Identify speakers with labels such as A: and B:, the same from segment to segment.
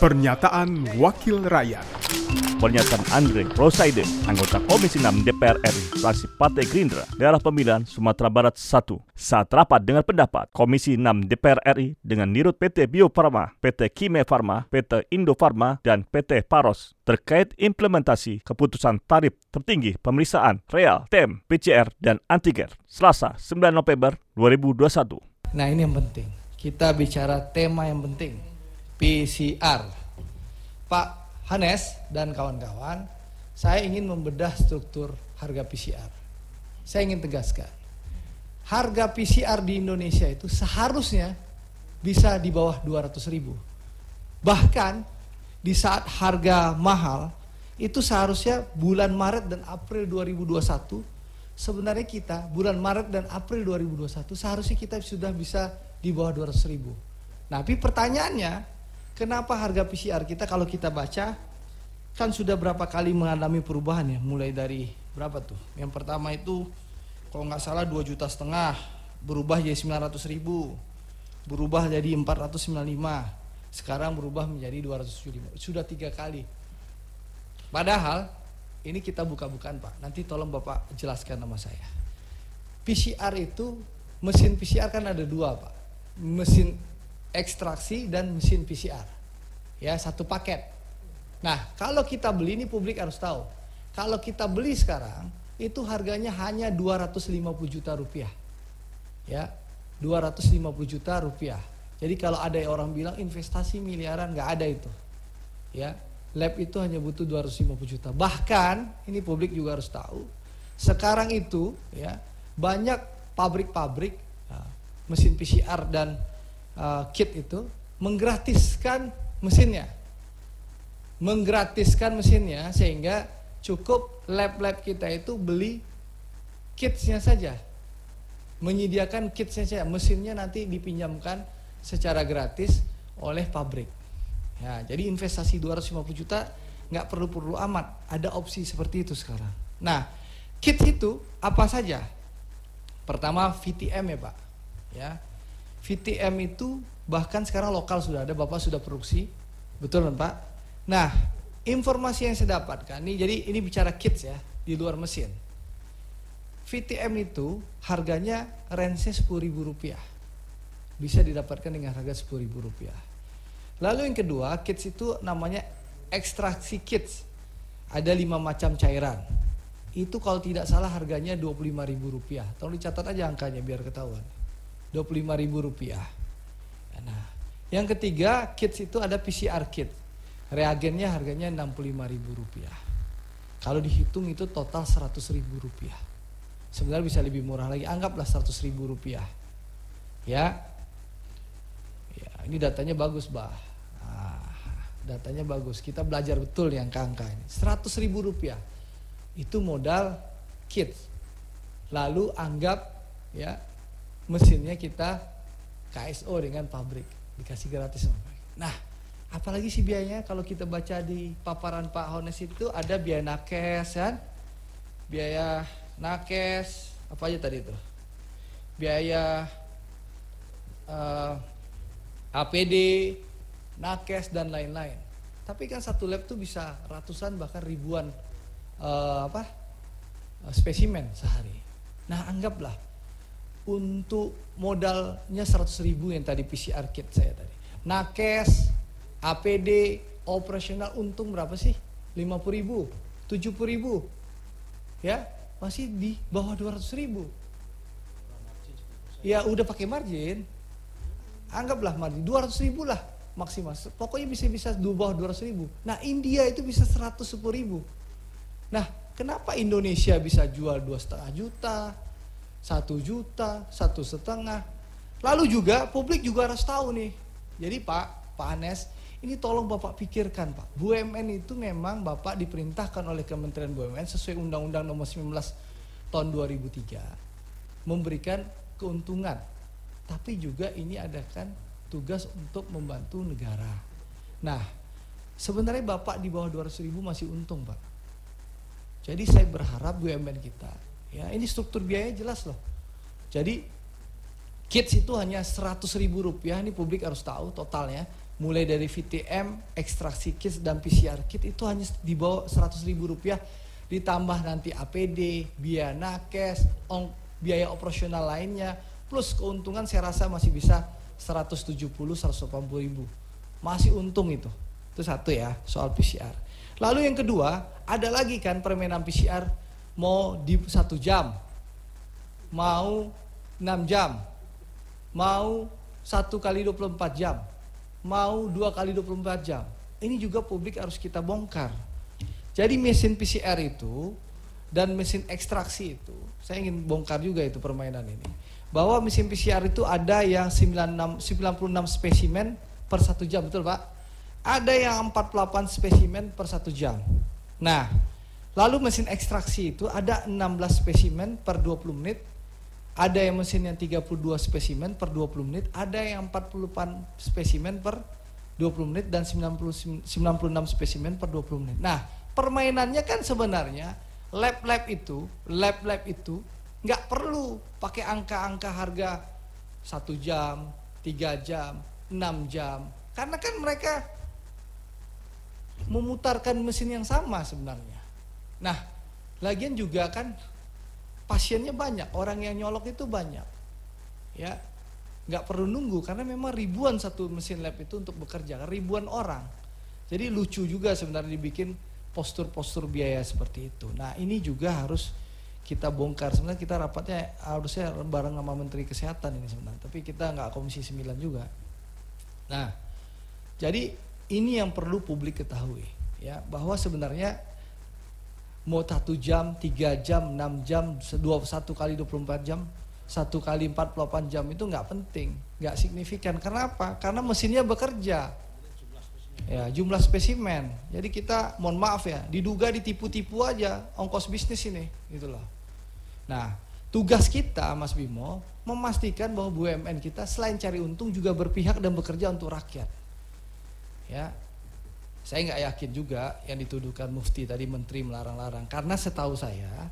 A: Pernyataan Wakil Rakyat.
B: Pernyataan Andre Rosaide, anggota Komisi 6 DPR RI, fraksi Partai Gerindra, Daerah Pemilihan Sumatera Barat 1, saat rapat dengan pendapat Komisi 6 DPR RI dengan Dirut PT Bio Farma, PT Kime Farma, PT Indo Farma, dan PT Paros terkait implementasi keputusan tarif tertinggi pemeriksaan real, TEM, PCR, dan antigen, Selasa 9 November 2021.
C: Nah, ini yang penting. Kita bicara tema yang penting, PCR. Pak Hanes dan kawan-kawan, saya ingin membedah struktur harga PCR. Saya ingin tegaskan, harga PCR di Indonesia itu seharusnya bisa di bawah 200.000. Bahkan di saat harga mahal, itu seharusnya bulan Maret dan April 2021, sebenarnya kita bulan Maret dan April 2021 seharusnya kita sudah bisa di bawah 200.000. Nah, tapi pertanyaannya, kenapa harga PCR kita kalau kita baca kan sudah berapa kali mengalami perubahan ya, mulai dari berapa tuh? Yang pertama itu kalau nggak salah 2,5 juta, berubah jadi 900.000, berubah jadi 495, sekarang berubah menjadi 275. Sudah 3 kali. Padahal ini kita buka-bukaan Pak. Nanti tolong Bapak jelaskan sama saya. PCR itu, mesin PCR kan ada 2 Pak. Mesin ekstraksi dan mesin PCR. Ya, satu paket. Nah, kalau kita beli, ini publik harus tahu. Kalau kita beli sekarang, itu harganya hanya 250 juta rupiah. Ya, 250 juta rupiah. Jadi kalau ada orang bilang investasi miliaran, nggak ada itu. Ya, lab itu hanya butuh 250 juta. Bahkan, ini publik juga harus tahu, sekarang itu ya banyak pabrik-pabrik mesin PCR dan kit itu menggratiskan mesinnya. Sehingga cukup lab-lab kita itu beli kitsnya saja. Menyediakan kitsnya saja, mesinnya nanti dipinjamkan secara gratis oleh pabrik. Ya, jadi investasi 250 juta nggak perlu amat, ada opsi seperti itu sekarang. Nah, kit itu apa saja? Pertama VTM ya Pak. Ya, VTM itu bahkan sekarang lokal sudah ada, Bapak sudah produksi, betul kan Pak? Nah, informasi yang saya dapatkan nih, jadi ini bicara kits ya, di luar mesin. VTM itu harganya range-nya Rp10.000, bisa didapatkan dengan harga Rp10.000. Lalu yang kedua, kits itu namanya ekstraksi kits, ada 5 macam cairan. Itu kalau tidak salah harganya Rp25.000. Tolong dicatat aja angkanya biar ketahuan. Rp25.000. Nah, yang ketiga, kits itu ada PCR kit. Reagennya harganya Rp65.000. Kalau dihitung itu total Rp100.000. Sebenarnya bisa lebih murah lagi, anggaplah Rp100.000. Ya. Ya, ini datanya bagus, Bah. Nah, datanya bagus. Kita belajar betul yang angka ini. Rp100.000. Itu modal kit. Lalu anggap ya mesinnya kita KSO dengan pabrik, dikasih gratis sama pabrik. Nah, apalagi sih biayanya kalau kita baca di paparan Pak Hanes itu ada biaya nakes kan? Biaya nakes, apa aja tadi itu? Biaya APD, nakes dan lain-lain. Tapi kan satu lab tuh bisa ratusan bahkan ribuan spesimen sehari. Nah, anggaplah untuk modalnya 100.000 yang tadi PCR kit saya tadi. Nakes, APD, operasional untung berapa sih? 50.000, 70.000. Ya, masih di bawah 200.000. Ya udah pakai margin. Anggaplah margin 200.000 lah maksimal. Pokoknya bisa di bawah 200.000. Nah, India itu bisa 110.000. Nah, kenapa Indonesia bisa jual 2,5 juta? 1 juta, 1,5. Lalu juga publik juga harus tahu nih. Jadi Pak Hanes, ini tolong Bapak pikirkan Pak. BUMN itu memang Bapak diperintahkan oleh Kementerian BUMN sesuai Undang-Undang Nomor 19 Tahun 2003 memberikan keuntungan. Tapi juga ini adakan tugas untuk membantu negara. Nah, sebenarnya Bapak di bawah 200.000 masih untung Pak. Jadi saya berharap BUMN kita, ya ini struktur biayanya jelas loh. Jadi kits itu hanya Rp100.000, ini publik harus tahu totalnya mulai dari VTM, ekstraksi kit dan PCR kit itu hanya di bawah Rp100.000, ditambah nanti APD, biaya nakes, biaya operasional lainnya, plus keuntungan saya rasa masih bisa 170-180 ribu, masih untung itu satu ya soal PCR. Lalu yang kedua, ada lagi kan permainan PCR, mau di 1 jam, mau 6 jam, mau 1 kali 24 jam, mau 2 kali 24 jam. Ini juga publik harus kita bongkar. Jadi mesin PCR itu dan mesin ekstraksi itu, saya ingin bongkar juga itu permainan ini. Bahwa mesin PCR itu ada yang 96 spesimen per 1 jam, betul Pak? Ada yang 48 spesimen per 1 jam. Nah, lalu mesin ekstraksi itu ada 16 spesimen per 20 menit, ada yang mesin yang 32 spesimen per 20 menit, ada yang 48 spesimen per 20 menit dan 96 spesimen per 20 menit. Nah, permainannya kan sebenarnya lab-lab itu nggak perlu pakai angka-angka harga 1 jam, 3 jam, 6 jam. Karena kan mereka memutarkan mesin yang sama sebenarnya. Nah, lagian juga kan pasiennya banyak, orang yang nyolok itu banyak. Ya, nggak perlu nunggu karena memang ribuan satu mesin lab itu untuk bekerja, ribuan orang. Jadi lucu juga sebenarnya dibikin postur-postur biaya seperti itu. Nah, ini juga harus kita bongkar. Sebenarnya kita rapatnya harusnya bareng sama Menteri Kesehatan ini sebenarnya, tapi kita nggak Komisi 9 juga. Nah, jadi ini yang perlu publik ketahui ya, bahwa sebenarnya mau 1 jam, 3 jam, 6 jam, 1 kali 24 jam, 1 kali 48 jam itu nggak penting, nggak signifikan. Karena apa? Karena mesinnya bekerja. Ya, jumlah spesimen. Jadi kita mohon maaf ya, diduga ditipu-tipu aja ongkos bisnis ini, gitu loh. Nah, tugas kita Mas Bimo memastikan bahwa BUMN kita selain cari untung juga berpihak dan bekerja untuk rakyat. Ya, saya nggak yakin juga yang dituduhkan Mufti tadi menteri melarang-larang, karena setahu saya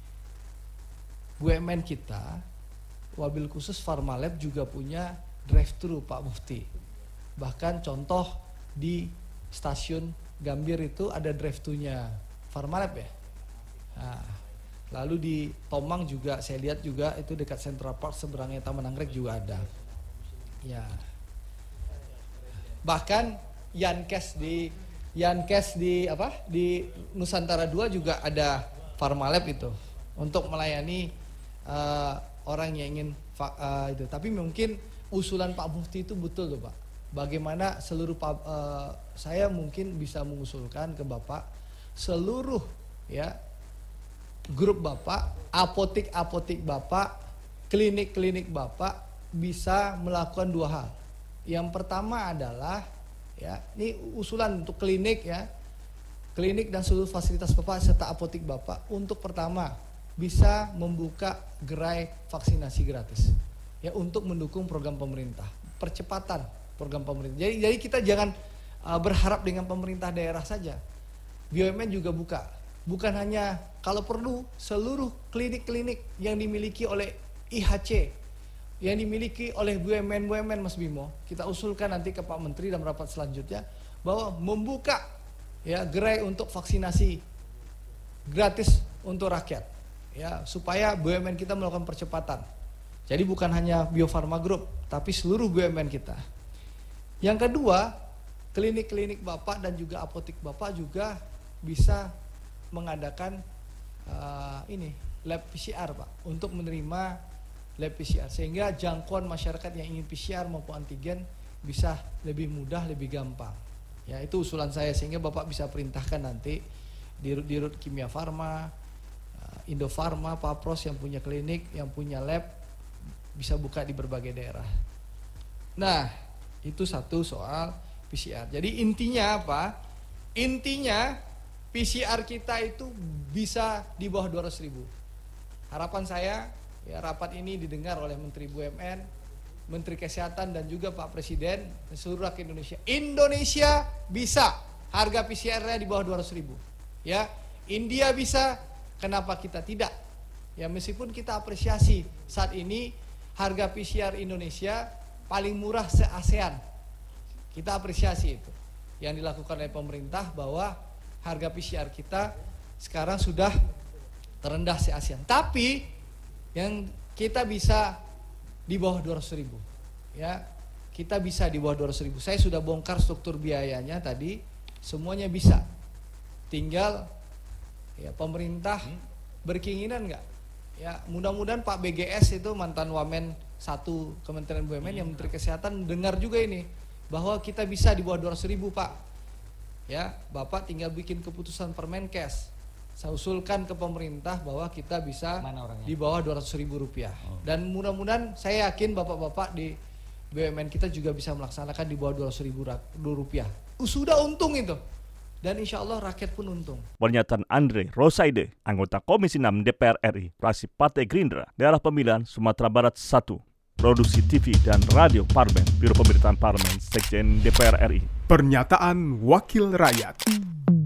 C: BUMN kita wabil khusus Pharmalab juga punya drive-thru Pak Mufti. Bahkan contoh di stasiun Gambir itu ada drive-thru-nya Pharmalab ya. Nah, lalu di Tomang juga saya lihat juga itu dekat Central Park seberangnya Taman Anggrek juga ada. Ya. Bahkan Yankes di Nusantara 2 juga ada Pharmalab itu untuk melayani orang yang ingin itu. Tapi mungkin usulan Pak Mufti itu betul tuh Pak. Bagaimana seluruh saya mungkin bisa mengusulkan ke Bapak seluruh ya grup Bapak, apotik-apotik Bapak, klinik-klinik Bapak bisa melakukan 2 hal. Yang pertama adalah ya, ini usulan untuk klinik ya. Klinik dan seluruh fasilitas Bapak serta apotik Bapak untuk pertama bisa membuka gerai vaksinasi gratis. Ya, untuk mendukung program pemerintah, percepatan program pemerintah. Jadi kita jangan berharap dengan pemerintah daerah saja. BUMN juga buka. Bukan hanya kalau perlu seluruh klinik-klinik yang dimiliki oleh IHC, yang dimiliki oleh BUMN Mas Bimo, kita usulkan nanti ke Pak Menteri dalam rapat selanjutnya bahwa membuka ya gerai untuk vaksinasi gratis untuk rakyat ya, supaya BUMN kita melakukan percepatan. Jadi bukan hanya Bio Farma Group tapi seluruh BUMN kita. Yang kedua, klinik-klinik Bapak dan juga apotik Bapak juga bisa mengadakan lab PCR Pak, untuk menerima lab PCR sehingga jangkauan masyarakat yang ingin PCR maupun antigen bisa lebih mudah, lebih gampang. Ya, itu usulan saya sehingga Bapak bisa perintahkan nanti Dirut Kimia Farma, Indofarma, Papros yang punya klinik, yang punya lab bisa buka di berbagai daerah. Nah, itu satu soal PCR. Jadi intinya apa? Intinya PCR kita itu bisa di bawah 200.000. Harapan saya ya, rapat ini didengar oleh Menteri BUMN, Menteri Kesehatan dan juga Pak Presiden dan seluruh rakyat Indonesia. Indonesia bisa harga PCR-nya di bawah 200.000. Ya, India bisa, kenapa kita tidak? Ya, meskipun kita apresiasi saat ini harga PCR Indonesia paling murah se-ASEAN. Kita apresiasi itu yang dilakukan oleh pemerintah, bahwa harga PCR kita sekarang sudah terendah se-ASEAN. Tapi yang kita bisa di bawah 200.000. Ya, kita bisa di bawah 200.000. Saya sudah bongkar struktur biayanya tadi, semuanya bisa. Tinggal ya pemerintah berkeinginan nggak? Ya, mudah-mudahan Pak BGS itu mantan Wamen 1 Kementerian BUMN yang Menteri Kesehatan dengar juga ini, bahwa kita bisa di bawah 200.000, Pak. Ya, Bapak tinggal bikin keputusan Permenkes. Saya usulkan ke pemerintah bahwa kita bisa di bawah 200.000 rupiah. Dan mudah-mudahan saya yakin bapak-bapak di BUMN kita juga bisa melaksanakan di bawah 200.000 rupiah. Sudah untung itu. Dan insya Allah rakyat pun untung.
B: Pernyataan Andre Rosaide, anggota Komisi 6 DPR RI, fraksi Partai Gerindra, daerah pemilihan Sumatera Barat 1. Produksi TV dan Radio Parlemen, Biro Pemberitaan Parlemen, Sekjen DPR RI.
A: Pernyataan Wakil Rakyat.